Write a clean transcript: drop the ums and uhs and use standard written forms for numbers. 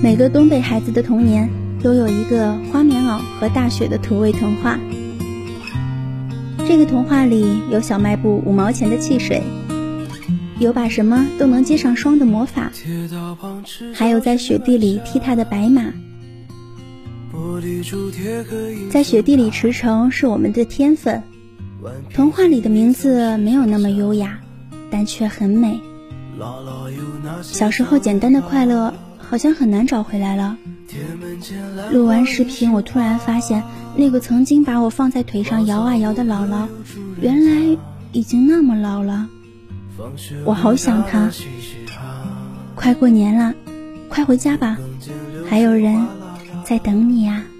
每个东北孩子的童年都有一个花棉袄和大雪的土味童话。这个童话里有小卖部5毛钱的汽水，有把什么都能接上霜的魔法，还有在雪地里踢踏的白马。在雪地里驰骋是我们的天分。童话里的名字没有那么优雅，但却很美。小时候简单的快乐好像很难找回来了。录完视频，我突然发现那个曾经把我放在腿上摇啊摇的姥姥，原来已经那么老了。我好想她。快过年了，快回家吧，还有人在等你啊。